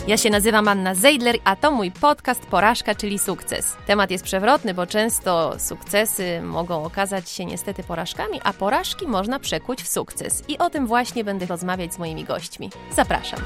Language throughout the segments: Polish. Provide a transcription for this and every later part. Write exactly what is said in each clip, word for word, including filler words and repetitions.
Ja się nazywam Anna Zeidler, a to mój podcast Porażka, czyli sukces. Temat jest przewrotny, bo często sukcesy mogą okazać się niestety porażkami, a porażki można przekuć w sukces. I o tym właśnie będę rozmawiać z moimi gośćmi. Zapraszam.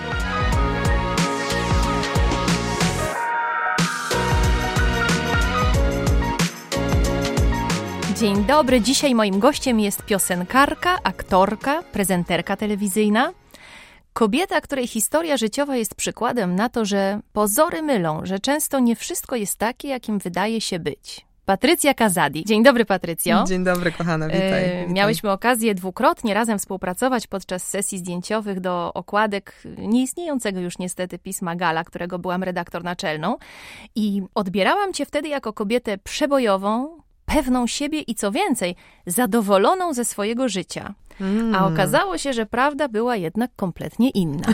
Dzień dobry. Dzisiaj moim gościem jest piosenkarka, aktorka, prezenterka telewizyjna. Kobieta, której historia życiowa jest przykładem na to, że pozory mylą, że często nie wszystko jest takie, jakim wydaje się być. Patrycja Kazadi. Dzień dobry, Patrycjo. Dzień dobry, kochana, witaj. E, witaj. Miałyśmy okazję dwukrotnie razem współpracować podczas sesji zdjęciowych do okładek nieistniejącego już niestety pisma Gala, którego byłam redaktor naczelną. I odbierałam cię wtedy jako kobietę przebojową, pewną siebie i co więcej, zadowoloną ze swojego życia. Mm. A okazało się, że prawda była jednak kompletnie inna.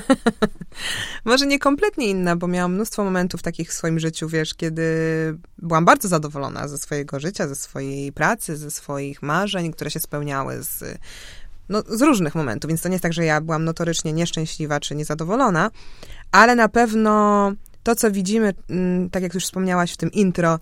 Może nie kompletnie inna, bo miałam mnóstwo momentów takich w swoim życiu, wiesz, kiedy byłam bardzo zadowolona ze swojego życia, ze swojej pracy, ze swoich marzeń, które się spełniały z, no, z różnych momentów. Więc to nie jest tak, że ja byłam notorycznie nieszczęśliwa czy niezadowolona, ale na pewno to, co widzimy, tak jak już wspomniałaś w tym intro,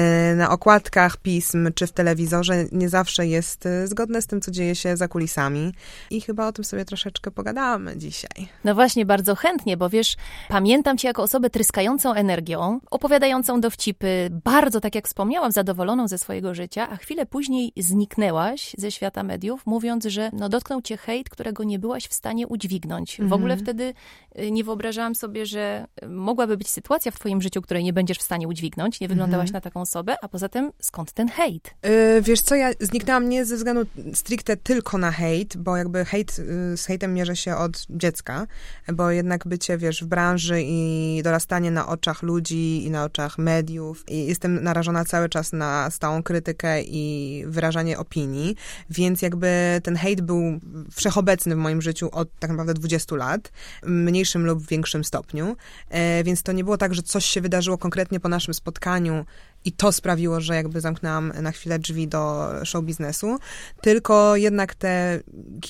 na okładkach pism czy w telewizorze, nie zawsze jest zgodne z tym, co dzieje się za kulisami. I chyba o tym sobie troszeczkę pogadamy dzisiaj. No właśnie, bardzo chętnie, bo wiesz, pamiętam cię jako osobę tryskającą energią, opowiadającą dowcipy, bardzo, tak jak wspomniałam, zadowoloną ze swojego życia, a chwilę później zniknęłaś ze świata mediów, mówiąc, że no, dotknął cię hejt, którego nie byłaś w stanie udźwignąć. W Mhm. ogóle wtedy nie wyobrażałam sobie, że mogłaby być sytuacja w twoim życiu, której nie będziesz w stanie udźwignąć, nie wyglądałaś mhm. na taką osobę, a poza tym skąd ten hejt? Yy, wiesz co, ja zniknęłam nie ze względu stricte tylko na hejt, bo jakby hejt, yy, z hejtem mierzę się od dziecka, bo jednak bycie, wiesz, w branży i dorastanie na oczach ludzi i na oczach mediów i jestem narażona cały czas na stałą krytykę i wyrażanie opinii, więc jakby ten hejt był wszechobecny w moim życiu od tak naprawdę dwudziestu lat, w mniejszym lub większym stopniu, yy, więc to nie było tak, że coś się wydarzyło konkretnie po naszym spotkaniu i to sprawiło, że jakby zamknęłam na chwilę drzwi do show biznesu, tylko jednak te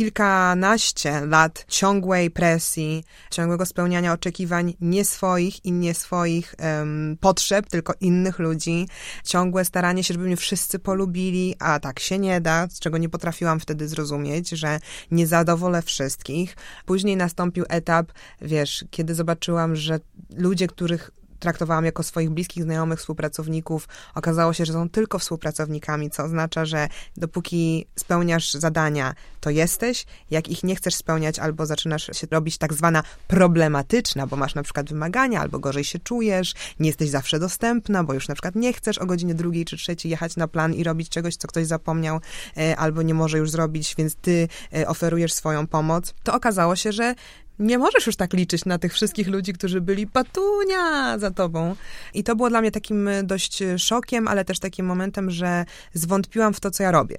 kilkanaście lat ciągłej presji, ciągłego spełniania oczekiwań nie swoich i nie swoich um, potrzeb, tylko innych ludzi, ciągłe staranie się, żeby mnie wszyscy polubili, a tak się nie da, z czego nie potrafiłam wtedy zrozumieć, że nie zadowolę wszystkich. Później nastąpił etap, wiesz, kiedy zobaczyłam, że ludzie, których traktowałam jako swoich bliskich znajomych, współpracowników, okazało się, że są tylko współpracownikami, co oznacza, że dopóki spełniasz zadania, to jesteś. Jak ich nie chcesz spełniać, albo zaczynasz się robić tak zwana problematyczna, bo masz na przykład wymagania, albo gorzej się czujesz, nie jesteś zawsze dostępna, bo już na przykład nie chcesz o godzinie drugiej czy trzeciej jechać na plan i robić czegoś, co ktoś zapomniał, albo nie może już zrobić, więc ty oferujesz swoją pomoc, to okazało się, że nie możesz już tak liczyć na tych wszystkich ludzi, którzy byli patunia za tobą. I to było dla mnie takim dość szokiem, ale też takim momentem, że zwątpiłam w to, co ja robię.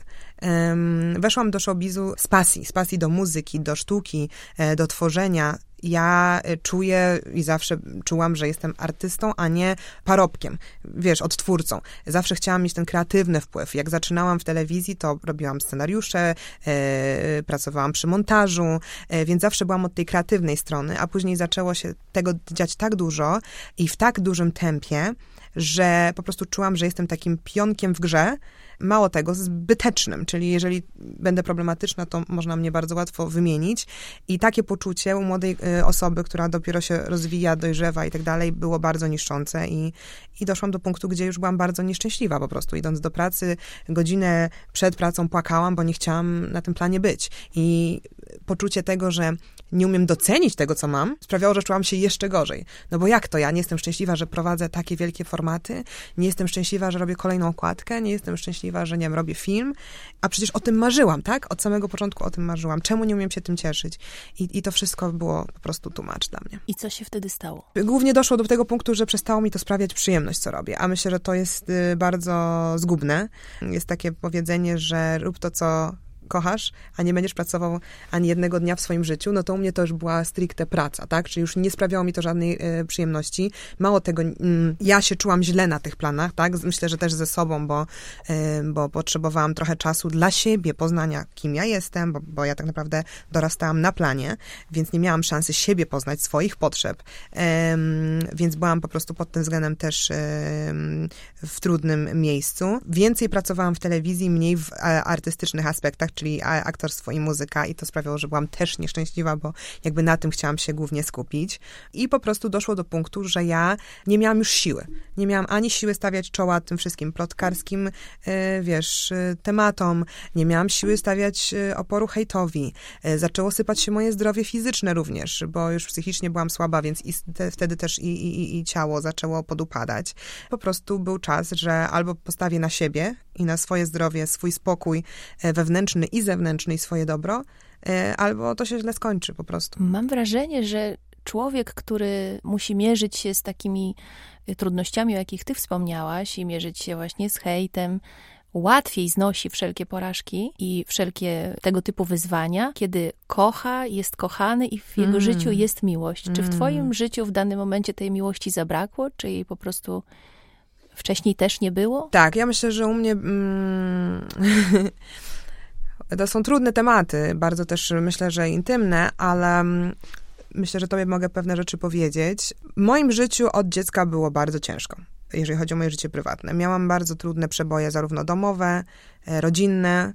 Um, weszłam do showbizu z pasji, z pasji do muzyki, do sztuki, do tworzenia. Ja czuję i zawsze czułam, że jestem artystą, a nie parobkiem, wiesz, odtwórcą. Zawsze chciałam mieć ten kreatywny wpływ. Jak zaczynałam w telewizji, to robiłam scenariusze, e, pracowałam przy montażu, e, więc zawsze byłam od tej kreatywnej strony, a później zaczęło się tego dziać tak dużo i w tak dużym tempie, że po prostu czułam, że jestem takim pionkiem w grze, mało tego, zbytecznym, czyli jeżeli będę problematyczna, to można mnie bardzo łatwo wymienić i takie poczucie u młodej y, osoby, która dopiero się rozwija, dojrzewa i tak dalej, było bardzo niszczące i, i doszłam do punktu, gdzie już byłam bardzo nieszczęśliwa po prostu. Idąc do pracy, godzinę przed pracą płakałam, bo nie chciałam na tym planie być i poczucie tego, że nie umiem docenić tego, co mam, sprawiało, że czułam się jeszcze gorzej. No bo jak to? Ja nie jestem szczęśliwa, że prowadzę takie wielkie formaty, nie jestem szczęśliwa, że robię kolejną okładkę, nie jestem szczęśliwa, że nie wiem, robię film, a przecież o tym marzyłam, tak? Od samego początku o tym marzyłam. Czemu nie umiem się tym cieszyć? I, i to wszystko było po prostu too much dla mnie. I co się wtedy stało? Głównie doszło do tego punktu, że przestało mi to sprawiać przyjemność, co robię, a myślę, że to jest bardzo zgubne. Jest takie powiedzenie, że rób to, co kochasz, a nie będziesz pracował ani jednego dnia w swoim życiu, no to u mnie to już była stricte praca, tak? Czyli już nie sprawiało mi to żadnej e, przyjemności. Mało tego, mm, ja się czułam źle na tych planach, tak? Myślę, że też ze sobą, bo, e, bo potrzebowałam trochę czasu dla siebie, poznania, kim ja jestem, bo, bo ja tak naprawdę dorastałam na planie, więc nie miałam szansy siebie poznać, swoich potrzeb. E, więc byłam po prostu pod tym względem też e, w trudnym miejscu. Więcej pracowałam w telewizji, mniej w artystycznych aspektach, czyli aktorstwo i muzyka i to sprawiało, że byłam też nieszczęśliwa, bo jakby na tym chciałam się głównie skupić. I po prostu doszło do punktu, że ja nie miałam już siły. Nie miałam ani siły stawiać czoła tym wszystkim plotkarskim, wiesz, tematom. Nie miałam siły stawiać oporu hejtowi. Zaczęło sypać się moje zdrowie fizyczne również, bo już psychicznie byłam słaba, więc i te, wtedy też i, i, i ciało zaczęło podupadać. Po prostu był czas, że albo postawię na siebie i na swoje zdrowie, swój spokój wewnętrzny i zewnętrzny i swoje dobro, albo to się źle skończy po prostu. Mam wrażenie, że człowiek, który musi mierzyć się z takimi trudnościami, o jakich ty wspomniałaś i mierzyć się właśnie z hejtem, łatwiej znosi wszelkie porażki i wszelkie tego typu wyzwania, kiedy kocha, jest kochany i w jego mm. życiu jest miłość. Mm. Czy w twoim życiu w danym momencie tej miłości zabrakło, czy jej po prostu wcześniej też nie było? Tak, ja myślę, że u mnie mm, to są trudne tematy, bardzo też myślę, że intymne, ale myślę, że tobie mogę pewne rzeczy powiedzieć. W moim życiu od dziecka było bardzo ciężko, jeżeli chodzi o moje życie prywatne. Miałam bardzo trudne przeboje, zarówno domowe, rodzinne,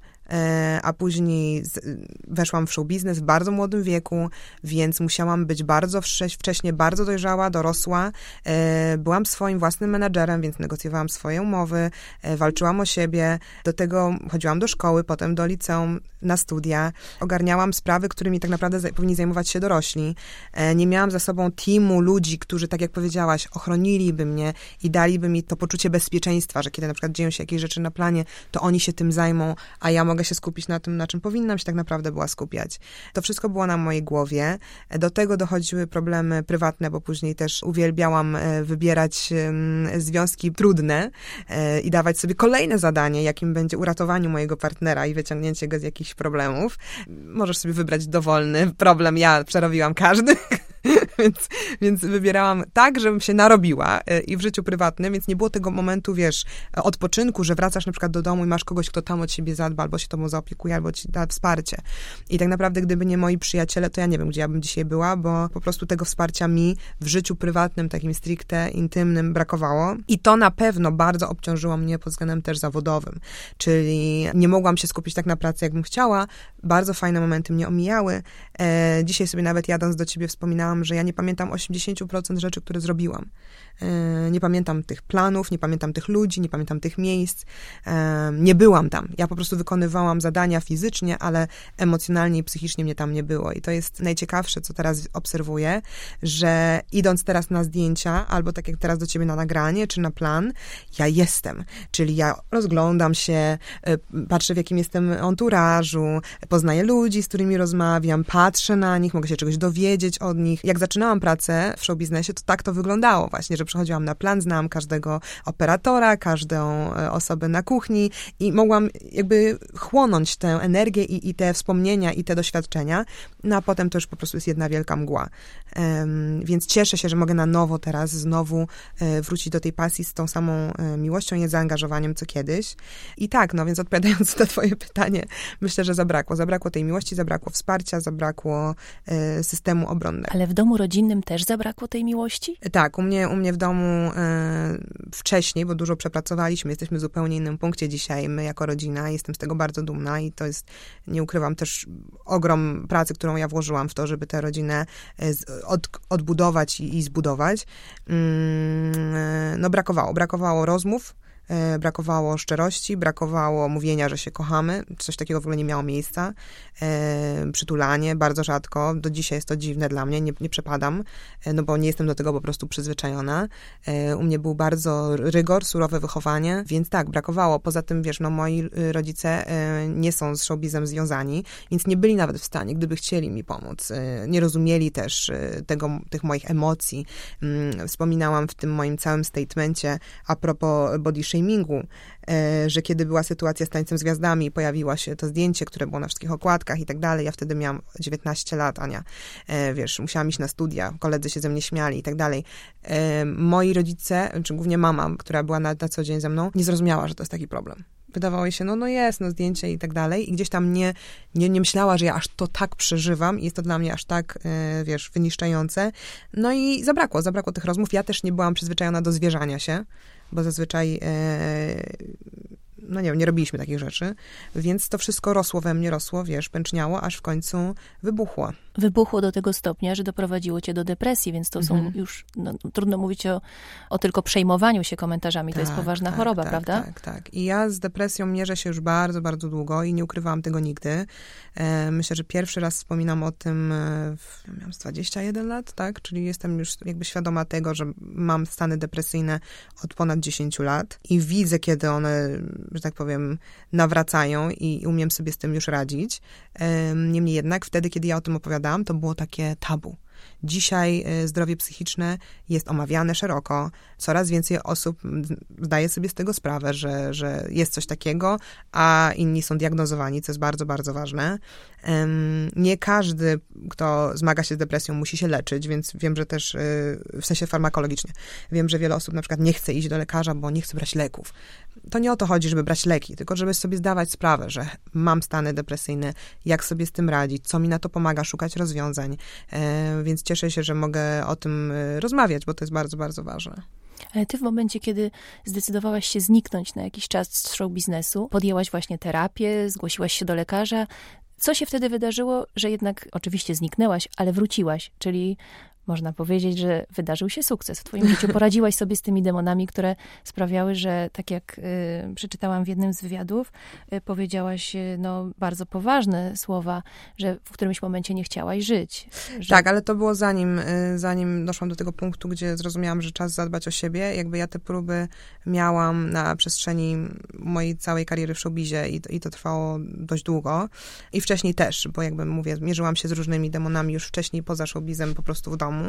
a później weszłam w show biznes w bardzo młodym wieku, więc musiałam być bardzo wcześnie, bardzo dojrzała, dorosła. Byłam swoim własnym menadżerem, więc negocjowałam swoje umowy, walczyłam o siebie. Do tego chodziłam do szkoły, potem do liceum, na studia. Ogarniałam sprawy, którymi tak naprawdę powinni zajmować się dorośli. Nie miałam za sobą teamu ludzi, którzy, tak jak powiedziałaś, ochroniliby mnie i daliby mi to poczucie bezpieczeństwa, że kiedy na przykład dzieją się jakieś rzeczy na planie, to oni się tym zajmą, a ja mogę się skupić na tym, na czym powinnam się tak naprawdę była skupiać. To wszystko było na mojej głowie. Do tego dochodziły problemy prywatne, bo później też uwielbiałam wybierać związki trudne i dawać sobie kolejne zadanie, jakim będzie uratowanie mojego partnera i wyciągnięcie go z jakichś problemów. Możesz sobie wybrać dowolny problem. Ja przerobiłam każdy. Więc, więc wybierałam tak, żebym się narobiła i w życiu prywatnym, więc nie było tego momentu, wiesz, odpoczynku, że wracasz na przykład do domu i masz kogoś, kto tam o ciebie zadba, albo się tobą zaopiekuje, albo ci da wsparcie. I tak naprawdę, gdyby nie moi przyjaciele, to ja nie wiem, gdzie ja bym dzisiaj była, bo po prostu tego wsparcia mi w życiu prywatnym, takim stricte intymnym brakowało. I to na pewno bardzo obciążyło mnie pod względem też zawodowym. Czyli nie mogłam się skupić tak na pracy, jakbym chciała. Bardzo fajne momenty mnie omijały. E, dzisiaj sobie nawet jadąc do ciebie wspominałam, że ja nie pamiętam osiemdziesiąt procent rzeczy, które zrobiłam. E, nie pamiętam tych planów, nie pamiętam tych ludzi, nie pamiętam tych miejsc. E, nie byłam tam. Ja po prostu wykonywałam zadania fizycznie, ale emocjonalnie i psychicznie mnie tam nie było. I to jest najciekawsze, co teraz obserwuję, że idąc teraz na zdjęcia, albo tak jak teraz do ciebie na nagranie, czy na plan, ja jestem. Czyli ja rozglądam się, patrzę w jakim jestem anturażu, poznaję ludzi, z którymi rozmawiam, patrzę na nich, mogę się czegoś dowiedzieć od nich. Jak zaczynałam pracę w show biznesie, to tak to wyglądało właśnie, że przychodziłam na plan, znałam każdego operatora, każdą osobę na kuchni i mogłam jakby chłonąć tę energię i, i te wspomnienia i te doświadczenia, no a potem to już po prostu jest jedna wielka mgła. Um, więc cieszę się, że mogę na nowo teraz znowu e, wrócić do tej pasji z tą samą e, miłością i zaangażowaniem, co kiedyś. I tak, no więc odpowiadając na twoje pytanie, myślę, że zabrakło. Zabrakło tej miłości, zabrakło wsparcia, zabrakło e, systemu obronnego. Ale w domu rodzinnym też zabrakło tej miłości? Tak, u mnie, u mnie w domu e, wcześniej, bo dużo przepracowaliśmy, jesteśmy w zupełnie innym punkcie dzisiaj, my jako rodzina, jestem z tego bardzo dumna i to jest, nie ukrywam, też ogrom pracy, którą ja włożyłam w to, żeby tę rodzinę od, odbudować i, i zbudować. Mm, no brakowało, brakowało rozmów, brakowało szczerości, brakowało mówienia, że się kochamy. Coś takiego w ogóle nie miało miejsca. E, przytulanie, bardzo rzadko. Do dzisiaj jest to dziwne dla mnie, nie, nie przepadam, no bo nie jestem do tego po prostu przyzwyczajona. E, u mnie był bardzo rygor, surowe wychowanie, więc tak, brakowało. Poza tym, wiesz, no moi rodzice e, nie są z showbizem związani, więc nie byli nawet w stanie, gdyby chcieli mi pomóc. E, nie rozumieli też e, tego, tych moich emocji. E, wspominałam w tym moim całym statemencie a propos body shamingu, że kiedy była sytuacja z Tańcem z Gwiazdami, pojawiło się to zdjęcie, które było na wszystkich okładkach i tak dalej. Ja wtedy miałam dziewiętnaście lat, Ania. Wiesz, musiałam iść na studia, koledzy się ze mnie śmiali i tak dalej. Moi rodzice, czy głównie mama, która była na, na co dzień ze mną, nie zrozumiała, że to jest taki problem. Wydawało jej się, no, no jest, no zdjęcie i tak dalej. I gdzieś tam nie, nie, nie myślała, że ja aż to tak przeżywam i jest to dla mnie aż tak, yy, wiesz, wyniszczające. No i zabrakło, zabrakło tych rozmów. Ja też nie byłam przyzwyczajona do zwierzania się, bo zazwyczaj, yy, no nie wiem, nie robiliśmy takich rzeczy. Więc to wszystko rosło we mnie, rosło, wiesz, pęczniało, aż w końcu wybuchło. Wybuchło do tego stopnia, że doprowadziło cię do depresji, więc to mhm. są już, no, trudno mówić o, o tylko przejmowaniu się komentarzami, tak, to jest poważna tak, choroba, tak, prawda? Tak, tak. I ja z depresją mierzę się już bardzo, bardzo długo i nie ukrywałam tego nigdy. E, myślę, że pierwszy raz wspominam o tym, w, miałam dwadzieścia jeden lat, tak? Czyli jestem już jakby świadoma tego, że mam stany depresyjne od ponad dziesięć lat i widzę, kiedy one, że tak powiem, nawracają i, i umiem sobie z tym już radzić. E, niemniej jednak wtedy, kiedy ja o tym opowiadam, to było takie tabu. Dzisiaj zdrowie psychiczne jest omawiane szeroko. Coraz więcej osób zdaje sobie z tego sprawę, że, że jest coś takiego, a inni są diagnozowani, co jest bardzo, bardzo ważne. Nie każdy, kto zmaga się z depresją, musi się leczyć, więc wiem, że też w sensie farmakologicznie. Wiem, że wiele osób na przykład nie chce iść do lekarza, bo nie chce brać leków. To nie o to chodzi, żeby brać leki, tylko żeby sobie zdawać sprawę, że mam stany depresyjne, jak sobie z tym radzić, co mi na to pomaga, szukać rozwiązań. Więc cieszę się, że mogę o tym rozmawiać, bo to jest bardzo, bardzo ważne. Ale ty w momencie, kiedy zdecydowałaś się zniknąć na jakiś czas z show biznesu, podjęłaś właśnie terapię, zgłosiłaś się do lekarza. Co się wtedy wydarzyło, że jednak oczywiście zniknęłaś, ale wróciłaś? Czyli można powiedzieć, że wydarzył się sukces w twoim życiu. Poradziłaś sobie z tymi demonami, które sprawiały, że tak jak y, przeczytałam w jednym z wywiadów, y, powiedziałaś y, no, bardzo poważne słowa, że w którymś momencie nie chciałaś żyć. Że... Tak, ale to było zanim, y, zanim doszłam do tego punktu, gdzie zrozumiałam, że czas zadbać o siebie. Jakby ja te próby miałam na przestrzeni mojej całej kariery w showbizie i to, i to trwało dość długo. I wcześniej też, bo jakby mówię, mierzyłam się z różnymi demonami już wcześniej poza showbizem, po prostu w domu.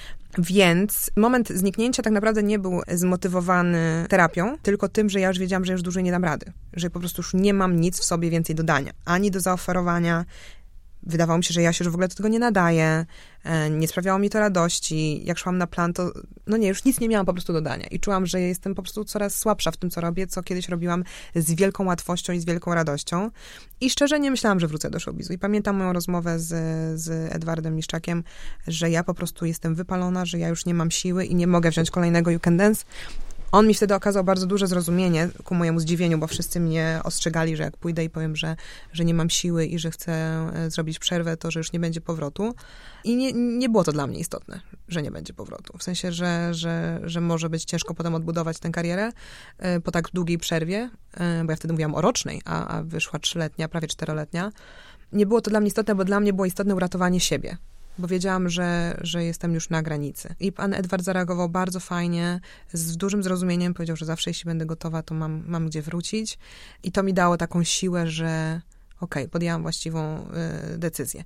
Więc moment zniknięcia tak naprawdę nie był zmotywowany terapią, tylko tym, że ja już wiedziałam, że już dłużej nie dam rady. Że po prostu już nie mam nic w sobie więcej do dania. Ani do zaoferowania. Wydawało mi się, że ja się już w ogóle do tego nie nadaję. Nie sprawiało mi to radości. Jak szłam na plan, to no nie, już nic nie miałam po prostu do dania. I czułam, że jestem po prostu coraz słabsza w tym, co robię, co kiedyś robiłam z wielką łatwością i z wielką radością. I szczerze nie myślałam, że wrócę do showbizu. I pamiętam moją rozmowę z, z Edwardem Miszczakiem, że ja po prostu jestem wypalona, że ja już nie mam siły i nie mogę wziąć kolejnego You Can Dance. On mi wtedy okazał bardzo duże zrozumienie, ku mojemu zdziwieniu, bo wszyscy mnie ostrzegali, że jak pójdę i powiem, że, że nie mam siły i że chcę zrobić przerwę, to że już nie będzie powrotu. I nie, nie było to dla mnie istotne, że nie będzie powrotu. W sensie, że, że, że może być ciężko potem odbudować tę karierę po tak długiej przerwie, bo ja wtedy mówiłam o rocznej, a, a wyszła trzyletnia, prawie czteroletnia. Nie było to dla mnie istotne, bo dla mnie było istotne uratowanie siebie. Bo wiedziałam, że, że jestem już na granicy. I pan Edward zareagował bardzo fajnie, z dużym zrozumieniem. Powiedział, że zawsze jeśli będę gotowa, to mam, mam gdzie wrócić. I to mi dało taką siłę, że okej, okay, podjęłam właściwą y, decyzję.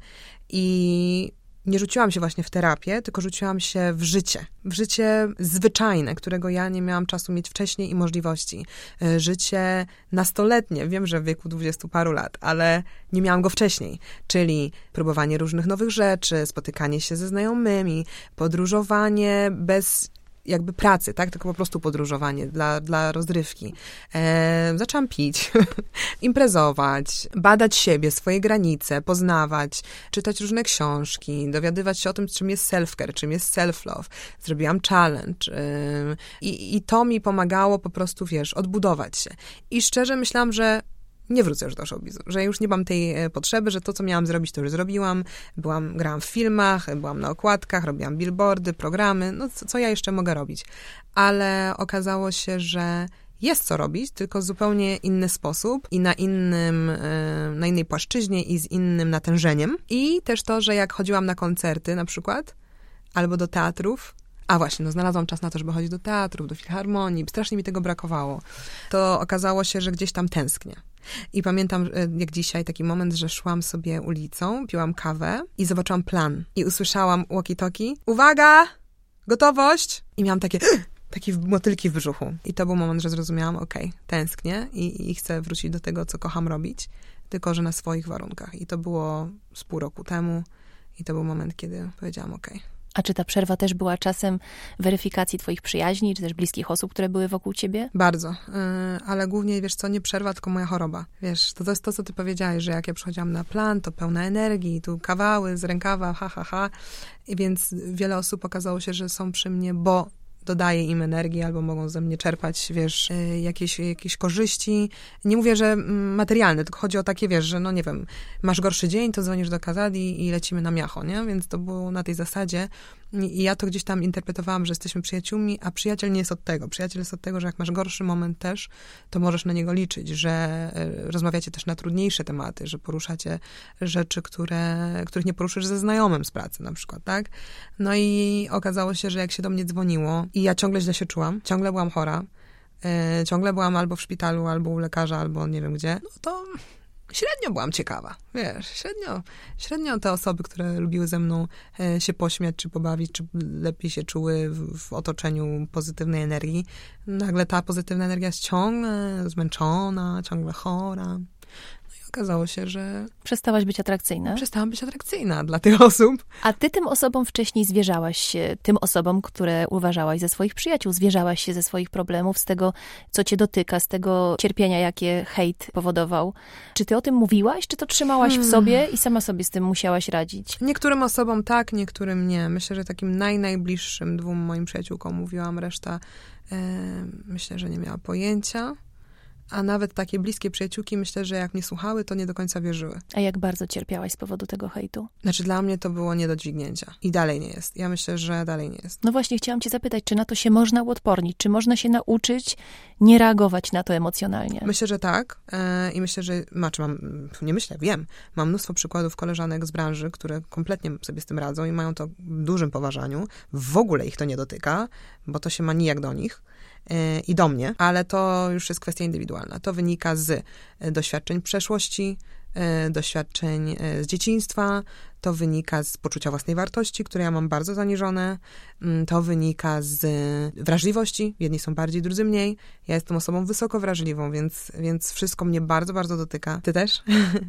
I nie rzuciłam się właśnie w terapię, tylko rzuciłam się w życie. W życie zwyczajne, którego ja nie miałam czasu mieć wcześniej i możliwości. Życie nastoletnie, wiem, że w wieku dwudziestu paru lat, ale nie miałam go wcześniej. Czyli próbowanie różnych nowych rzeczy, spotykanie się ze znajomymi, podróżowanie bez jakby pracy, tak? Tylko po prostu podróżowanie dla, dla rozrywki. E, zaczęłam pić, imprezować, badać siebie, swoje granice, poznawać, czytać różne książki, dowiadywać się o tym, czym jest self-care, czym jest self-love. Zrobiłam challenge e, i, i to mi pomagało po prostu, wiesz, odbudować się. I szczerze myślałam, że nie wrócę już do showbizu, że już nie mam tej potrzeby, że to, co miałam zrobić, to już zrobiłam. Byłam, grałam w filmach, byłam na okładkach, robiłam billboardy, programy, no co, co ja jeszcze mogę robić? Ale okazało się, że jest co robić, tylko w zupełnie inny sposób i na innym, na innej płaszczyźnie i z innym natężeniem. I też to, że jak chodziłam na koncerty na przykład, albo do teatrów, a właśnie, no znalazłam czas na to, żeby chodzić do teatrów, do filharmonii, strasznie mi tego brakowało. To okazało się, że gdzieś tam tęsknię. I pamiętam, jak dzisiaj, taki moment, że szłam sobie ulicą, piłam kawę i zobaczyłam plan. I usłyszałam walkie-talkie. Uwaga! Gotowość! I miałam takie... taki motylki w brzuchu. I to był moment, że zrozumiałam, okej, okay, tęsknię i, i chcę wrócić do tego, co kocham robić, tylko że na swoich warunkach. I to było z pół roku temu i to był moment, kiedy powiedziałam, okej. Okay. A czy ta przerwa też była czasem weryfikacji twoich przyjaźni, czy też bliskich osób, które były wokół ciebie? Bardzo, yy, ale głównie, wiesz co, nie przerwa, tylko moja choroba. Wiesz, to, to jest to, co ty powiedziałeś, że jak ja przychodziłam na plan, to pełna energii, tu kawały z rękawa, ha, ha, ha. I więc wiele osób okazało się, że są przy mnie, bo dodaje im energii, albo mogą ze mnie czerpać, wiesz, jakieś, jakieś korzyści. Nie mówię, że materialne, tylko chodzi o takie, wiesz, że no nie wiem, masz gorszy dzień, to dzwonisz do Kazadi i lecimy na miacho, nie? Więc to było na tej zasadzie. I ja to gdzieś tam interpretowałam, że jesteśmy przyjaciółmi, a przyjaciel nie jest od tego. Przyjaciel jest od tego, że jak masz gorszy moment też, to możesz na niego liczyć, że rozmawiacie też na trudniejsze tematy, że poruszacie rzeczy, które, których nie poruszysz ze znajomym z pracy na przykład, tak? No i okazało się, że jak się do mnie dzwoniło i ja ciągle źle się czułam, ciągle byłam chora, yy, ciągle byłam albo w szpitalu, albo u lekarza, albo nie wiem gdzie, no to średnio byłam ciekawa, wiesz, średnio, średnio te osoby, które lubiły ze mną e, się pośmiać, czy pobawić, czy lepiej się czuły w, w otoczeniu pozytywnej energii, nagle ta pozytywna energia jest ciągle zmęczona, ciągle chora. Okazało się, że... Przestałaś być atrakcyjna? Przestałam być atrakcyjna dla tych osób. A ty tym osobom wcześniej zwierzałaś się, tym osobom, które uważałaś za swoich przyjaciół, zwierzałaś się ze swoich problemów, z tego, co cię dotyka, z tego cierpienia, jakie hejt powodował. Czy ty o tym mówiłaś, czy to trzymałaś hmm. w sobie i sama sobie z tym musiałaś radzić? Niektórym osobom tak, niektórym nie. Myślę, że takim naj, najbliższym dwóm moim przyjaciółkom mówiłam, reszta yy, myślę, że nie miała pojęcia. A nawet takie bliskie przyjaciółki, myślę, że jak mnie słuchały, to nie do końca wierzyły. A jak bardzo cierpiałaś z powodu tego hejtu? Znaczy dla mnie to było nie do dźwignięcia. I dalej nie jest. Ja myślę, że dalej nie jest. No właśnie, chciałam cię zapytać, czy na to się można uodpornić? Czy można się nauczyć nie reagować na to emocjonalnie? Myślę, że tak. Yy, I myślę, że... Znaczy mam... Nie myślę, wiem. Mam mnóstwo przykładów koleżanek z branży, które kompletnie sobie z tym radzą i mają to w dużym poważaniu. W ogóle ich to nie dotyka, bo to się ma nijak do nich i do mnie, ale to już jest kwestia indywidualna. To wynika z doświadczeń przeszłości, doświadczeń z dzieciństwa, to wynika z poczucia własnej wartości, które ja mam bardzo zaniżone, to wynika z wrażliwości, jedni są bardziej, drudzy mniej. Ja jestem osobą wysoko wrażliwą, więc, więc wszystko mnie bardzo, bardzo dotyka. Ty też?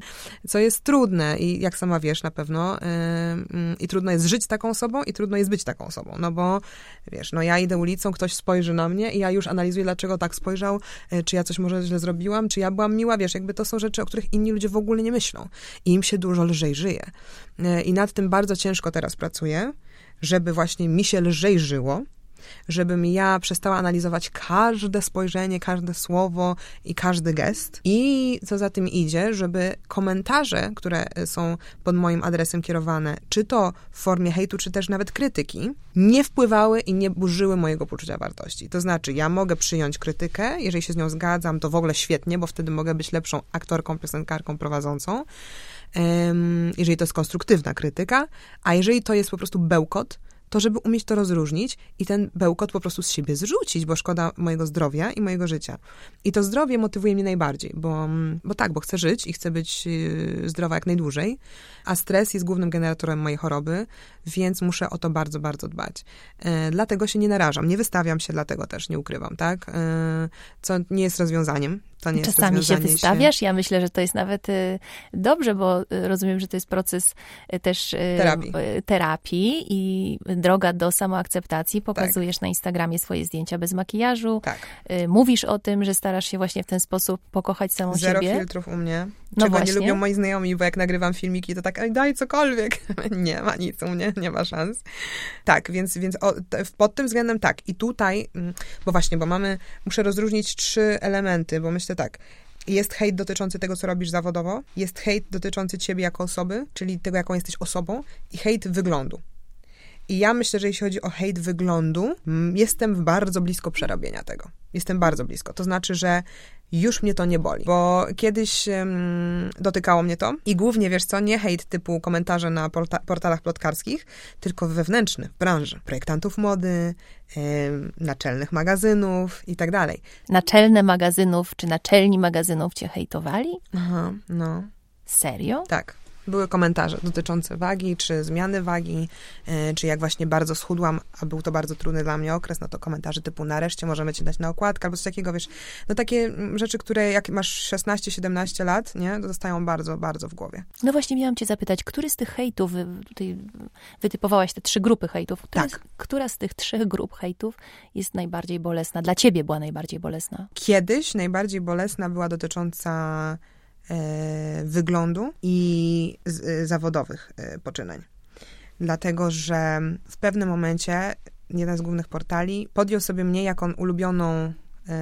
Co jest trudne i jak sama wiesz na pewno, yy, i trudno jest żyć z taką osobą i trudno jest być taką osobą, no bo wiesz, no ja idę ulicą, ktoś spojrzy na mnie i ja już analizuję, dlaczego tak spojrzał, yy, czy ja coś może źle zrobiłam, czy ja byłam miła, wiesz, jakby to są rzeczy, o których inni ludzie w ogóle nie myślą i im się dużo lżej żyje. Yy, I nad tym bardzo ciężko teraz pracuję, żeby właśnie mi się lżej żyło, żebym ja przestała analizować każde spojrzenie, każde słowo i każdy gest. I co za tym idzie, żeby komentarze, które są pod moim adresem kierowane, czy to w formie hejtu, czy też nawet krytyki, nie wpływały i nie burzyły mojego poczucia wartości. To znaczy, ja mogę przyjąć krytykę, jeżeli się z nią zgadzam, to w ogóle świetnie, bo wtedy mogę być lepszą aktorką, piosenkarką, prowadzącą, jeżeli to jest konstruktywna krytyka, a jeżeli to jest po prostu bełkot, to żeby umieć to rozróżnić i ten bełkot po prostu z siebie zrzucić, bo szkoda mojego zdrowia i mojego życia. I to zdrowie motywuje mnie najbardziej, bo, bo tak, bo chcę żyć i chcę być zdrowa jak najdłużej, a stres jest głównym generatorem mojej choroby, więc muszę o to bardzo, bardzo dbać. E, dlatego się nie narażam, nie wystawiam się, dlatego też nie ukrywam, tak? E, co nie jest rozwiązaniem. To nie Czasami jest się wystawiasz? Się... Ja myślę, że to jest nawet y, dobrze, bo y, rozumiem, że to jest proces y, też y, terapii. Y, terapii i droga do samoakceptacji. Pokazujesz tak. na Instagramie swoje zdjęcia bez makijażu. Tak. Y, mówisz o tym, że starasz się właśnie w ten sposób pokochać samą Zero siebie. Zero filtrów u mnie. No Czego właśnie. nie lubią moi znajomi, bo jak nagrywam filmiki, to tak, ej, daj cokolwiek. Nie ma nic u mnie, nie ma szans. Tak, więc, więc o, t, pod tym względem tak. I tutaj, bo właśnie, bo mamy, muszę rozróżnić trzy elementy, bo myślę tak, jest hejt dotyczący tego, co robisz zawodowo, jest hejt dotyczący ciebie jako osoby, czyli tego, jaką jesteś osobą, i hejt wyglądu. I ja myślę, że jeśli chodzi o hejt wyglądu, jestem bardzo blisko przerobienia tego. Jestem bardzo blisko. To znaczy, że już mnie to nie boli. Bo kiedyś um, dotykało mnie to i głównie, wiesz co, nie hejt typu komentarze na porta- portalach plotkarskich, tylko wewnętrzny, w branży. Projektantów mody, um, naczelnych magazynów i tak dalej. Naczelne magazynów, czy naczelni magazynów cię hejtowali? Aha, no. Serio? Tak. Były komentarze dotyczące wagi, czy zmiany wagi, yy, czy jak właśnie bardzo schudłam, a był to bardzo trudny dla mnie okres, no to komentarze typu nareszcie możemy ci dać na okładkę, albo coś takiego, wiesz, no takie rzeczy, które jak masz szesnaście siedemnaście lat, nie, to zostają bardzo, bardzo w głowie. No właśnie miałam cię zapytać, który z tych hejtów, tutaj wytypowałaś te trzy grupy hejtów, która, tak. z, która z tych trzech grup hejtów jest najbardziej bolesna, dla ciebie była najbardziej bolesna? Kiedyś najbardziej bolesna była dotycząca wyglądu i z, zawodowych poczynań. Dlatego, że w pewnym momencie jeden z głównych portali podjął sobie mnie jako ulubioną,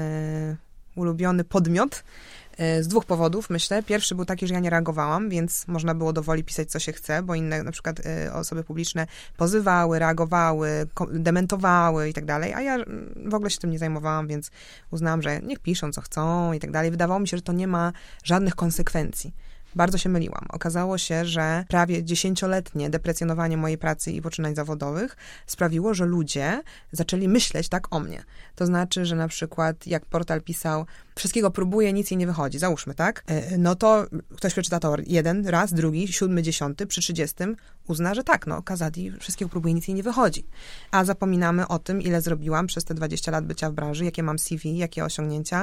e, ulubiony podmiot e, z dwóch powodów, myślę. Pierwszy był taki, że ja nie reagowałam, więc można było dowoli pisać, co się chce, bo inne, na przykład e, osoby publiczne pozywały, reagowały, dementowały i tak dalej, a ja w ogóle się tym nie zajmowałam, więc uznałam, że niech piszą, co chcą i tak dalej. Wydawało mi się, że to nie ma żadnych konsekwencji. Bardzo się myliłam. Okazało się, że prawie dziesięcioletnie deprecjonowanie mojej pracy i poczynań zawodowych sprawiło, że ludzie zaczęli myśleć tak o mnie. To znaczy, że na przykład jak portal pisał, wszystkiego próbuje, nic jej nie wychodzi, załóżmy, tak? No to ktoś przeczyta to jeden raz, drugi, siódmy, dziesiąty, przy trzydziestym uzna, że tak, no, Kazadi wszystkiego próbuje, nic jej nie wychodzi. A zapominamy o tym, ile zrobiłam przez te dwadzieścia lat bycia w branży, jakie mam C V, jakie osiągnięcia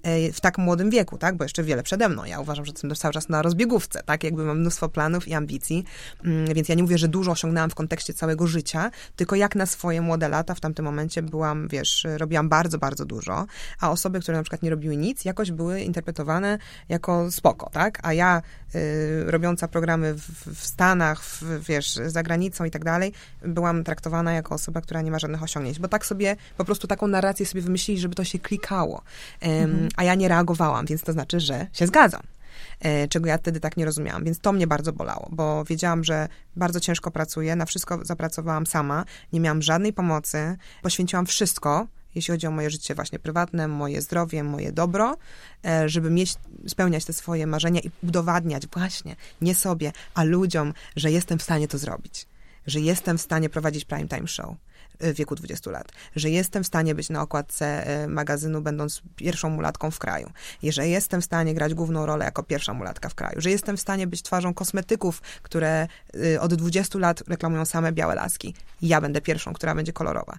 w tak młodym wieku, tak? Bo jeszcze wiele przede mną. Ja uważam, że jestem cały czas na rozbiegówce, tak? Jakby mam mnóstwo planów i ambicji, więc ja nie mówię, że dużo osiągnęłam w kontekście całego życia, tylko jak na swoje młode lata w tamtym momencie byłam, wiesz, robiłam bardzo, bardzo dużo, a osoby, które na przykład nie robiły nic, jakoś były interpretowane jako spoko, tak? A ja y, robiąca programy w, w Stanach, w, wiesz, za granicą i tak dalej, byłam traktowana jako osoba, która nie ma żadnych osiągnięć, bo tak sobie, po prostu taką narrację sobie wymyślili, żeby to się klikało. Um, mhm. A ja nie reagowałam, więc to znaczy, że się zgadzam. E, czego ja wtedy tak nie rozumiałam, więc to mnie bardzo bolało, bo wiedziałam, że bardzo ciężko pracuję, na wszystko zapracowałam sama, nie miałam żadnej pomocy, poświęciłam wszystko, jeśli chodzi o moje życie właśnie prywatne, moje zdrowie, moje dobro, żeby mieć, spełniać te swoje marzenia i udowadniać właśnie nie sobie, a ludziom, że jestem w stanie to zrobić. Że jestem w stanie prowadzić prime time show w wieku dwudziestu lat. Że jestem w stanie być na okładce magazynu, będąc pierwszą mulatką w kraju. I że jestem w stanie grać główną rolę jako pierwsza mulatka w kraju. Że jestem w stanie być twarzą kosmetyków, które od dwudziestu lat reklamują same białe laski. Ja będę pierwszą, która będzie kolorowa.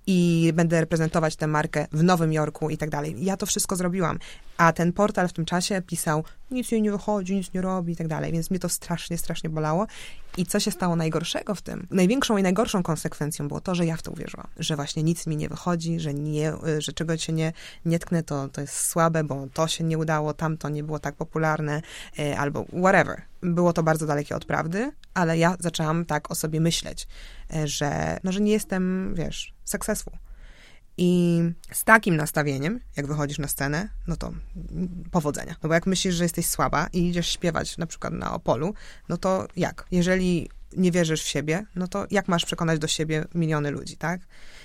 I będę reprezentować tę markę w Nowym Jorku i tak dalej. Ja to wszystko zrobiłam. A ten portal w tym czasie pisał, nic jej nie wychodzi, nic nie robi i tak dalej. Więc mnie to strasznie, strasznie bolało. I co się stało najgorszego w tym? Największą i najgorszą konsekwencją było to, że ja w to uwierzyłam. Że właśnie nic mi nie wychodzi, że, nie, że czegoś się nie, nie tknę, to, to jest słabe, bo to się nie udało, tamto nie było tak popularne, albo whatever. Było to bardzo dalekie od prawdy, ale ja zaczęłam tak o sobie myśleć, że, no, że nie jestem, wiesz, successful. I z takim nastawieniem, jak wychodzisz na scenę, no to powodzenia. No bo jak myślisz, że jesteś słaba i idziesz śpiewać na przykład na Opolu, no to jak? Jeżeli nie wierzysz w siebie, no to jak masz przekonać do siebie miliony ludzi, tak?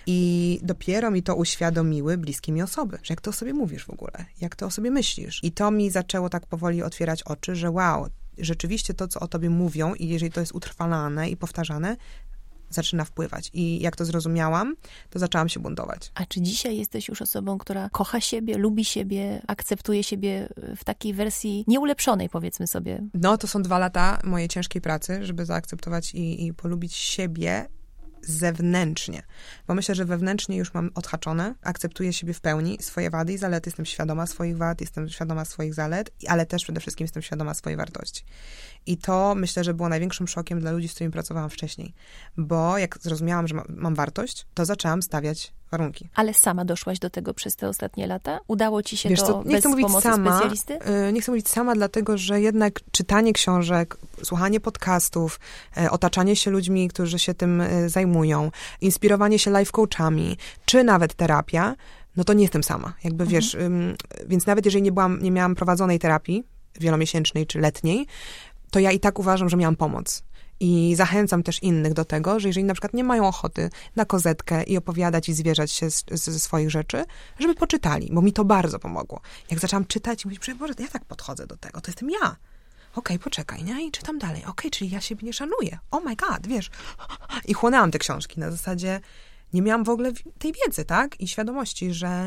I dopiero mi to uświadomiły bliskie mi osoby, że jak ty o sobie mówisz w ogóle, jak ty o sobie myślisz. I to mi zaczęło tak powoli otwierać oczy, że wow, rzeczywiście to, co o tobie mówią i jeżeli to jest utrwalane i powtarzane, zaczyna wpływać. I jak to zrozumiałam, to zaczęłam się buntować. A czy dzisiaj jesteś już osobą, która kocha siebie, lubi siebie, akceptuje siebie w takiej wersji nieulepszonej, powiedzmy sobie? No, to są dwa lata mojej ciężkiej pracy, żeby zaakceptować i, i polubić siebie zewnętrznie. Bo myślę, że wewnętrznie już mam odhaczone, akceptuję siebie w pełni, swoje wady i zalety, jestem świadoma swoich wad, jestem świadoma swoich zalet, ale też przede wszystkim jestem świadoma swojej wartości. I to myślę, że było największym szokiem dla ludzi, z którymi pracowałam wcześniej. Bo jak zrozumiałam, że ma, mam wartość, to zaczęłam stawiać warunki. Ale sama doszłaś do tego przez te ostatnie lata? Udało ci się Wiesz, to co, nie bez chcę mówić pomocy sama, specjalisty? Yy, nie chcę mówić sama, dlatego, że jednak czytanie książek, słuchanie podcastów, yy, otaczanie się ludźmi, którzy się tym yy, zajmują, inspirowanie się life coachami, czy nawet terapia, no to nie jestem sama. Jakby mhm. wiesz, yy, więc nawet jeżeli nie byłam, nie miałam prowadzonej terapii wielomiesięcznej czy letniej, to ja i tak uważam, że miałam pomoc. I zachęcam też innych do tego, że jeżeli na przykład nie mają ochoty na kozetkę i opowiadać i zwierzać się z, z, ze swoich rzeczy, żeby poczytali, bo mi to bardzo pomogło. Jak zaczęłam czytać i mówić, Boże, ja tak podchodzę do tego, to jestem ja. Okej, okay, poczekaj, nie? I czytam dalej. Okej, okay, czyli ja siebie nie szanuję. Oh my God, wiesz. I chłonęłam te książki na zasadzie, nie miałam w ogóle tej wiedzy, tak? I świadomości, że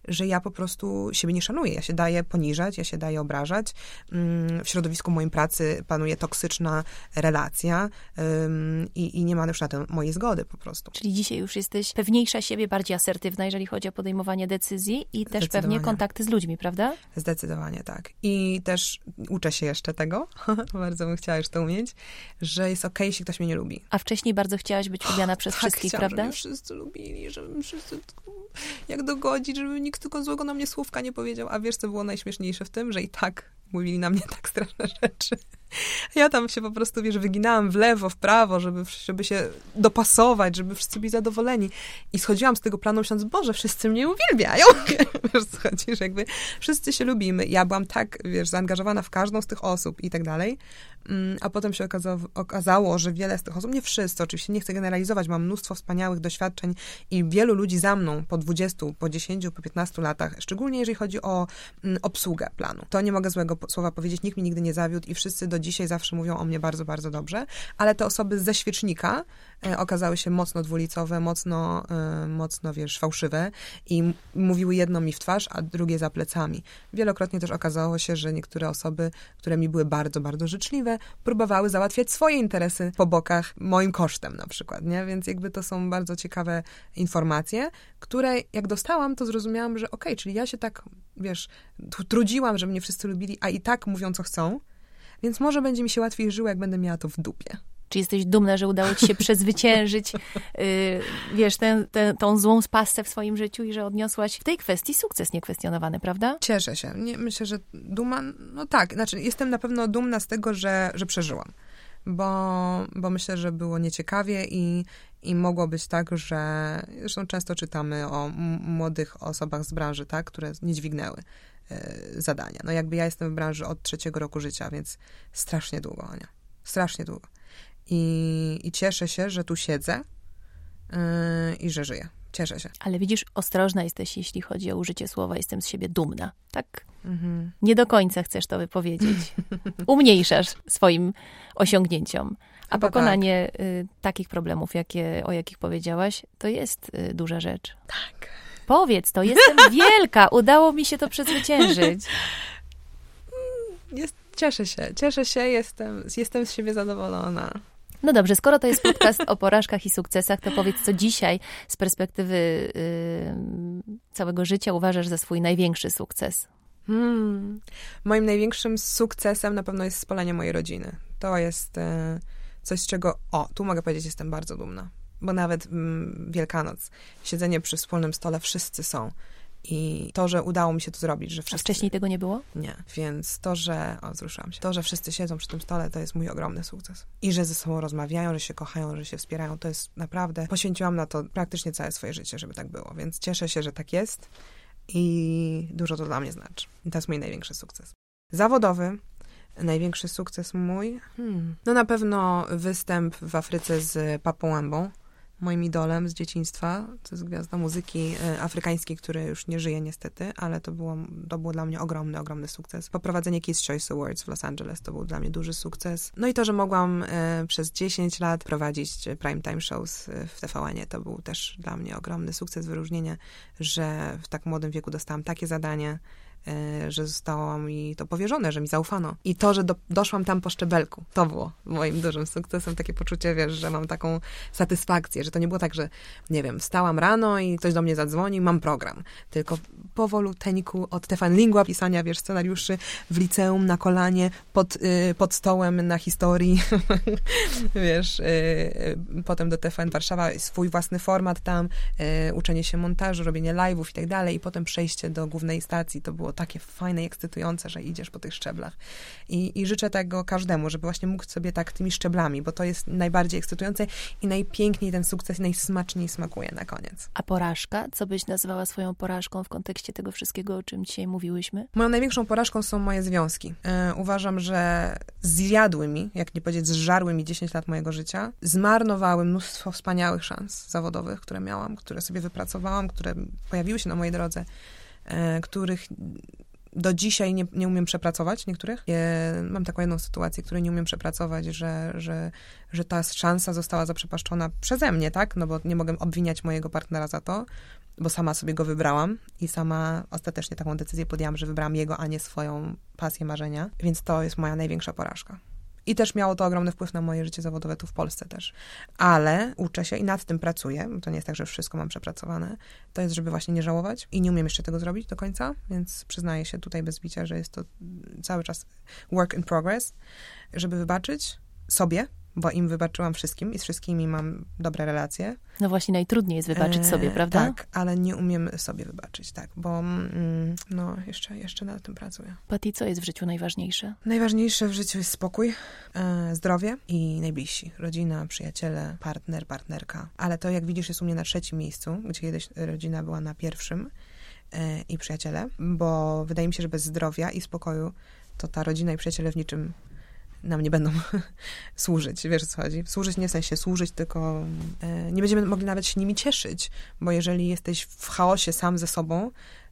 że ja po prostu siebie nie szanuję. Ja się daję poniżać, ja się daję obrażać. W środowisku mojej pracy panuje toksyczna relacja i, i nie ma już na to mojej zgody po prostu. Czyli dzisiaj już jesteś pewniejsza siebie, bardziej asertywna, jeżeli chodzi o podejmowanie decyzji i też pewnie kontakty z ludźmi, prawda? Zdecydowanie tak. I też uczę się jeszcze tego, bardzo bym chciała już to umieć, że jest okej, jeśli ktoś mnie nie lubi. A wcześniej bardzo chciałaś być lubiana przez tak, wszystkich, chciałam, prawda? Żeby wszyscy lubili, żeby wszyscy jak dogodzić, żeby nikt tylko złego na mnie słówka nie powiedział. A wiesz, co było najśmieszniejsze w tym? Że i tak mówili na mnie tak straszne rzeczy. Ja tam się po prostu, wiesz, wyginałam w lewo, w prawo, żeby, żeby się dopasować, żeby wszyscy byli zadowoleni. I schodziłam z tego planu myśląc, Boże, wszyscy mnie uwielbiają. Wiesz, co chodzi, że jakby wszyscy się lubimy. Ja byłam tak, wiesz, zaangażowana w każdą z tych osób i tak dalej. A potem się okazało, okazało, że wiele z tych osób, nie wszyscy, oczywiście nie chcę generalizować, mam mnóstwo wspaniałych doświadczeń i wielu ludzi za mną po dwudziestu, po dziesięciu, po piętnastu latach, szczególnie jeżeli chodzi o m, obsługę planu. To nie mogę złego słowa powiedzieć, nikt mi nigdy nie zawiódł i wszyscy do dzisiaj zawsze mówią o mnie bardzo, bardzo dobrze, ale te osoby ze świecznika e, okazały się mocno dwulicowe, mocno, e, mocno, wiesz, fałszywe i m- mówiły jedno mi w twarz, a drugie za plecami. Wielokrotnie też okazało się, że niektóre osoby, które mi były bardzo, bardzo życzliwe, próbowały załatwiać swoje interesy po bokach, moim kosztem na przykład, nie? Więc jakby to są bardzo ciekawe informacje, które jak dostałam, to zrozumiałam, że okej, okay, czyli ja się tak, wiesz, trudziłam, żeby mnie wszyscy lubili, a i tak mówią, co chcą, więc może będzie mi się łatwiej żyło, jak będę miała to w dupie. Czy jesteś dumna, że udało ci się przezwyciężyć, yy, wiesz, tę, tę, tą złą spasę w swoim życiu i że odniosłaś w tej kwestii sukces niekwestionowany, prawda? Cieszę się. Nie, myślę, że duma, no tak, znaczy jestem na pewno dumna z tego, że, że przeżyłam. Bo, bo myślę, że było nieciekawie i, i mogło być tak, że zresztą często czytamy o m- młodych osobach z branży, tak, które nie dźwignęły y, zadania. No jakby ja jestem w branży od trzeciego roku życia, więc strasznie długo, Ania. Strasznie długo. I, i cieszę się, że tu siedzę yy, i że żyję. Cieszę się. Ale widzisz, ostrożna jesteś, jeśli chodzi o użycie słowa jestem z siebie dumna. Tak? Mhm. Nie do końca chcesz to wypowiedzieć. Umniejszasz swoim osiągnięciom. A Chyba pokonanie tak. y, takich problemów, jakie, o jakich powiedziałaś, to jest y, duża rzecz. Tak. Powiedz to, jestem wielka, udało mi się to przezwyciężyć. Jest, cieszę się, cieszę się, jestem, jestem z siebie zadowolona. No dobrze, skoro to jest podcast o porażkach i sukcesach, to powiedz, co dzisiaj z perspektywy yy, całego życia uważasz za swój największy sukces? Hmm. Moim największym sukcesem na pewno jest spalenie mojej rodziny. To jest e, coś, z czego, o, tu mogę powiedzieć, jestem bardzo dumna. Bo nawet mm, Wielkanoc, siedzenie przy wspólnym stole, wszyscy są. I to, że udało mi się to zrobić, że wszyscy... A wcześniej tego nie było? Nie, więc to, że... O, wzruszyłam się. To, że wszyscy siedzą przy tym stole, to jest mój ogromny sukces. I że ze sobą rozmawiają, że się kochają, że się wspierają, to jest naprawdę... Poświęciłam na to praktycznie całe swoje życie, żeby tak było, więc cieszę się, że tak jest i dużo to dla mnie znaczy. I to jest mój największy sukces. Zawodowy, największy sukces mój? Hmm. No na pewno występ w Afryce z Papą Wembą, moim idolem z dzieciństwa. To jest gwiazda muzyki e, afrykańskiej, który już nie żyje niestety, ale to było, to było dla mnie ogromny, ogromny sukces. Poprowadzenie Kids' Choice Awards w Los Angeles to był dla mnie duży sukces. No i to, że mogłam e, przez dziesięć lat prowadzić prime time shows w T V N-ie, to był też dla mnie ogromny sukces, wyróżnienie, że w tak młodym wieku dostałam takie zadanie, że zostało mi to powierzone, że mi zaufano. I to, że do, doszłam tam po szczebelku, to było moim dużym sukcesem, takie poczucie, wiesz, że mam taką satysfakcję, że to nie było tak, że, nie wiem, wstałam rano i ktoś do mnie zadzwoni, mam program. Tylko powoluteńku od T V N Lingua, pisania, wiesz, scenariuszy w liceum, na kolanie, pod, y, pod stołem na historii, wiesz, y, y, potem do T V N Warszawa, swój własny format tam, y, uczenie się montażu, robienie live'ów i tak dalej i potem przejście do głównej stacji, to było takie fajne i ekscytujące, że idziesz po tych szczeblach. I, I życzę tego każdemu, żeby właśnie mógł sobie tak tymi szczeblami, bo to jest najbardziej ekscytujące i najpiękniej ten sukces najsmaczniej smakuje na koniec. A porażka? Co byś nazwała swoją porażką w kontekście tego wszystkiego, o czym dzisiaj mówiłyśmy? Moją największą porażką są moje związki. Yy, uważam, że zjadły mi, jak nie powiedzieć, zżarły mi dziesięć lat mojego życia. Zmarnowały mnóstwo wspaniałych szans zawodowych, które miałam, które sobie wypracowałam, które pojawiły się na mojej drodze, których do dzisiaj nie, nie umiem przepracować, niektórych. Ja mam taką jedną sytuację, której nie umiem przepracować, że, że, że ta szansa została zaprzepaszczona przeze mnie, tak? No bo nie mogę obwiniać mojego partnera za to, bo sama sobie go wybrałam i sama ostatecznie taką decyzję podjęłam, że wybrałam jego, a nie swoją pasję, marzenia. Więc to jest moja największa porażka. I też miało to ogromny wpływ na moje życie zawodowe tu w Polsce też. Ale uczę się i nad tym pracuję. To nie jest tak, że wszystko mam przepracowane. To jest, żeby właśnie nie żałować i nie umiem jeszcze tego zrobić do końca, więc przyznaję się tutaj bez bicia, że jest to cały czas work in progress, żeby wybaczyć sobie, bo im wybaczyłam wszystkim i z wszystkimi mam dobre relacje. No właśnie, najtrudniej jest wybaczyć sobie, prawda? Tak, ale nie umiem sobie wybaczyć, tak, bo mm, no, jeszcze, jeszcze nad tym pracuję. Patty, co jest w życiu najważniejsze? Najważniejsze w życiu jest spokój, e, zdrowie i najbliżsi. Rodzina, przyjaciele, partner, partnerka. Ale to, jak widzisz, jest u mnie na trzecim miejscu, gdzie kiedyś rodzina była na pierwszym e, i przyjaciele, bo wydaje mi się, że bez zdrowia i spokoju to ta rodzina i przyjaciele w niczym nam nie będą służyć, wiesz o co chodzi? Służyć nie w sensie służyć, tylko e, nie będziemy mogli nawet się nimi cieszyć, bo jeżeli jesteś w chaosie sam ze sobą,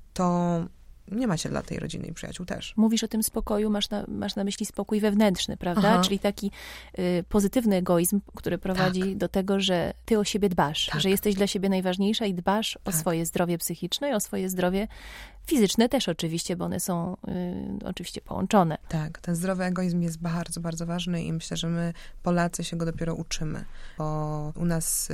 to nie ma się dla tej rodziny i przyjaciół też. Mówisz o tym spokoju, masz na, masz na myśli spokój wewnętrzny, prawda? Aha. Czyli taki y, pozytywny egoizm, który prowadzi tak. do tego, że ty o siebie dbasz, tak. że jesteś dla siebie najważniejsza i dbasz tak. o swoje zdrowie psychiczne i o swoje zdrowie fizyczne też oczywiście, bo one są y, oczywiście połączone. Tak, ten zdrowy egoizm jest bardzo, bardzo ważny i myślę, że my Polacy się go dopiero uczymy, bo u nas y,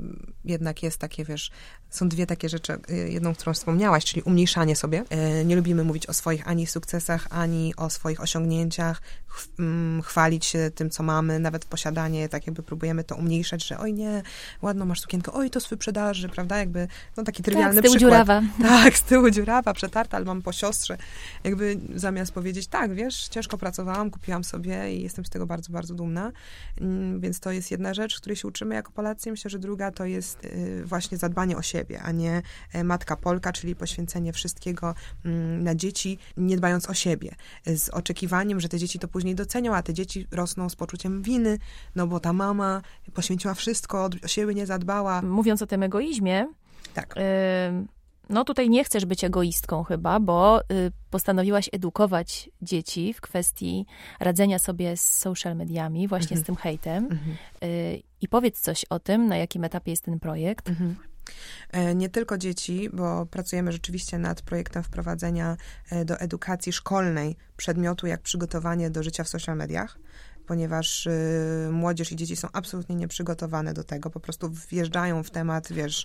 jednak jest takie, wiesz, są dwie takie rzeczy, y, jedną, którą wspomniałaś, czyli umniejszanie sobie. Y, nie lubimy mówić o swoich ani sukcesach, ani o swoich osiągnięciach, ch- mm, chwalić się tym, co mamy, nawet posiadanie, tak jakby próbujemy to umniejszać, że oj nie, ładną masz sukienkę, oj to z wyprzedaży, prawda, jakby, no taki trywialny tak, z tyłu przykład. dziurawa. Tak, z tyłu dziurawa, przetarta, ale mam po siostrze. Jakby zamiast powiedzieć, tak, wiesz, ciężko pracowałam, kupiłam sobie i jestem z tego bardzo, bardzo dumna. Więc to jest jedna rzecz, której się uczymy jako Polacy. Myślę, że druga to jest właśnie zadbanie o siebie, a nie matka Polka, czyli poświęcenie wszystkiego na dzieci, nie dbając o siebie. Z oczekiwaniem, że te dzieci to później docenią, a te dzieci rosną z poczuciem winy, no bo ta mama poświęciła wszystko, o siebie nie zadbała. Mówiąc o tym egoizmie, tak. Y- No tutaj nie chcesz być egoistką chyba, bo y, postanowiłaś edukować dzieci w kwestii radzenia sobie z social mediami, właśnie Mhm. z tym hejtem. Mhm. Y, I powiedz coś o tym, na jakim etapie jest ten projekt. Mhm. Nie tylko dzieci, bo pracujemy rzeczywiście nad projektem wprowadzenia do edukacji szkolnej przedmiotu jak przygotowanie do życia w social mediach, ponieważ y, młodzież i dzieci są absolutnie nieprzygotowane do tego, po prostu wjeżdżają w temat, wiesz,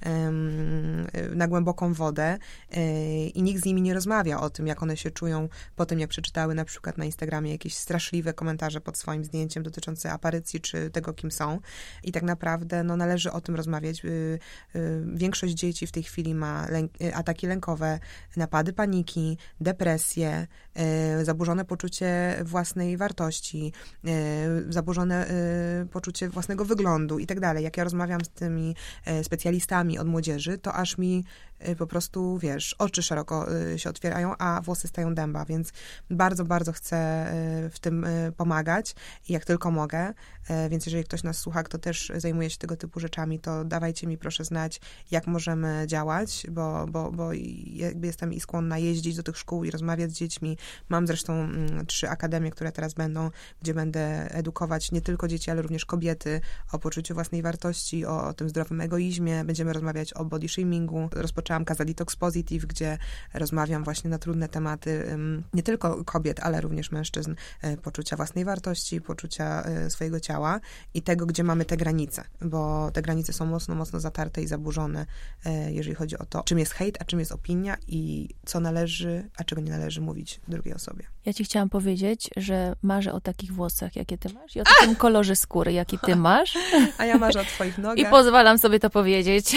ym, na głęboką wodę y, i nikt z nimi nie rozmawia o tym, jak one się czują po tym, jak przeczytały na przykład na Instagramie jakieś straszliwe komentarze pod swoim zdjęciem dotyczące aparycji, czy tego, kim są. I tak naprawdę, no, należy o tym rozmawiać. Y, y, większość dzieci w tej chwili ma lęk, y, ataki lękowe, napady paniki, depresje, y, zaburzone poczucie własnej wartości, zaburzone y, poczucie własnego wyglądu i tak dalej. Jak ja rozmawiam z tymi y, specjalistami od młodzieży, to aż mi y, po prostu, wiesz, oczy szeroko y, się otwierają, a włosy stają dęba, więc bardzo, bardzo chcę y, w tym y, pomagać i jak tylko mogę, y, więc jeżeli ktoś nas słucha, kto też zajmuje się tego typu rzeczami, to dawajcie mi proszę znać, jak możemy działać, bo, bo, bo jakby jestem i skłonna jeździć do tych szkół i rozmawiać z dziećmi. Mam zresztą mm, trzy akademie, które teraz będą, gdzie będę edukować nie tylko dzieci, ale również kobiety o poczuciu własnej wartości, o, o tym zdrowym egoizmie. Będziemy rozmawiać o body shamingu. Rozpoczęłam Casa Detox Positive, gdzie rozmawiam właśnie na trudne tematy um, nie tylko kobiet, ale również mężczyzn, e, poczucia własnej wartości, poczucia e, swojego ciała i tego, gdzie mamy te granice, bo te granice są mocno, mocno zatarte i zaburzone, e, jeżeli chodzi o to, czym jest hejt, a czym jest opinia i co należy, a czego nie należy mówić drugiej osobie. Ja ci chciałam powiedzieć, że marzę o takich włosach, jakie ty masz i o takim kolorze skóry, jaki ty masz. A ja marzę o twoich nogach. I pozwalam sobie to powiedzieć.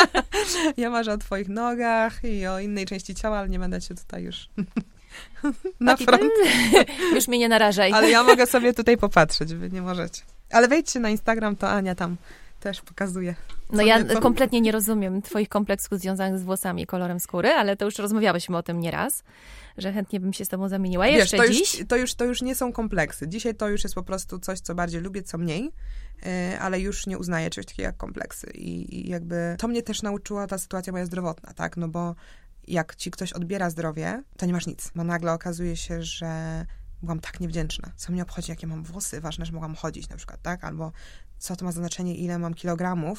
Ja marzę o twoich nogach i o innej części ciała, ale nie będę cię tutaj już na front. Już mnie nie narażaj. Ale ja mogę sobie tutaj popatrzeć, wy nie możecie. Ale wejdźcie na Instagram, to Ania tam też pokazuje. No ja co... kompletnie nie rozumiem twoich kompleksów związanych z włosami i kolorem skóry, ale to już rozmawiałyśmy o tym nieraz, że chętnie bym się z tobą zamieniła. Wiesz, Jeszcze to dziś. Już, to, już, to już nie są kompleksy. Dzisiaj to już jest po prostu coś, co bardziej lubię, co mniej, yy, ale już nie uznaję czegoś takiego jak kompleksy. I, I jakby to mnie też nauczyła ta sytuacja moja zdrowotna, tak? No bo jak ci ktoś odbiera zdrowie, to nie masz nic. Bo nagle okazuje się, że byłam tak niewdzięczna. Co mnie obchodzi, jakie mam włosy, ważne, że mogłam chodzić na przykład, tak? Albo co to ma za znaczenie, ile mam kilogramów,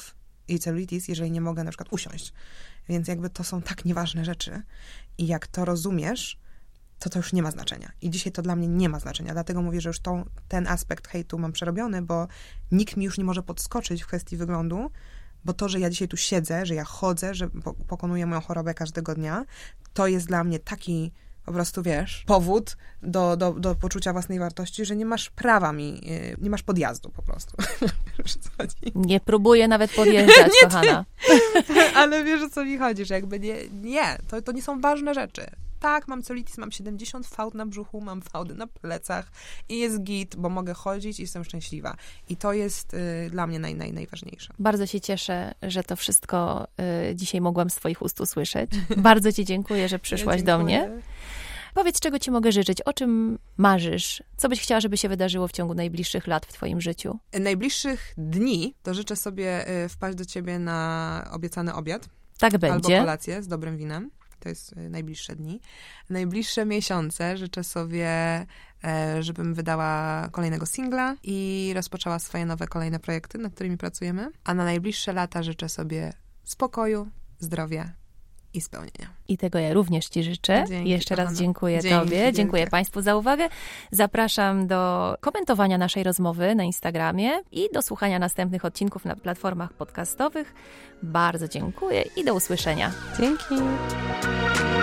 i celulitis, jeżeli nie mogę na przykład usiąść. Więc jakby to są tak nieważne rzeczy. I jak to rozumiesz, to to już nie ma znaczenia. I dzisiaj to dla mnie nie ma znaczenia. Dlatego mówię, że już tą, ten aspekt hejtu mam przerobiony, bo nikt mi już nie może podskoczyć w kwestii wyglądu, bo to, że ja dzisiaj tu siedzę, że ja chodzę, że pokonuję moją chorobę każdego dnia, to jest dla mnie taki po prostu, wiesz, powód do, do, do poczucia własnej wartości, że nie masz prawa mi, nie masz podjazdu po prostu. Wiesz, o co chodzi? Nie próbuję nawet podjeżdżać, nie, kochana. Ale wiesz, o co mi chodzi, że jakby nie, nie to, to nie są ważne rzeczy. Tak, mam celulitis, mam siedemdziesiąt fałd na brzuchu, mam fałdy na plecach i jest git, bo mogę chodzić i jestem szczęśliwa. I to jest y, dla mnie naj, naj, najważniejsze. Bardzo się cieszę, że to wszystko y, dzisiaj mogłam z twoich ust usłyszeć. Bardzo ci dziękuję, że przyszłaś ja do mnie. Powiedz, czego ci mogę życzyć, o czym marzysz? Co byś chciała, żeby się wydarzyło w ciągu najbliższych lat w twoim życiu? Najbliższych dni to życzę sobie y, wpaść do ciebie na obiecany obiad. Tak będzie. Albo kolację z dobrym winem. To jest najbliższe dni. Najbliższe miesiące życzę sobie, żebym wydała kolejnego singla i rozpoczęła swoje nowe, kolejne projekty, nad którymi pracujemy. A na najbliższe lata życzę sobie spokoju, zdrowia i spełnienia. I tego ja również ci życzę. Dzięki, Jeszcze raz kochana. dziękuję Dzięki, tobie. wielkie. Dziękuję państwu za uwagę. Zapraszam do komentowania naszej rozmowy na Instagramie i do słuchania następnych odcinków na platformach podcastowych. Bardzo dziękuję i do usłyszenia. Dzięki.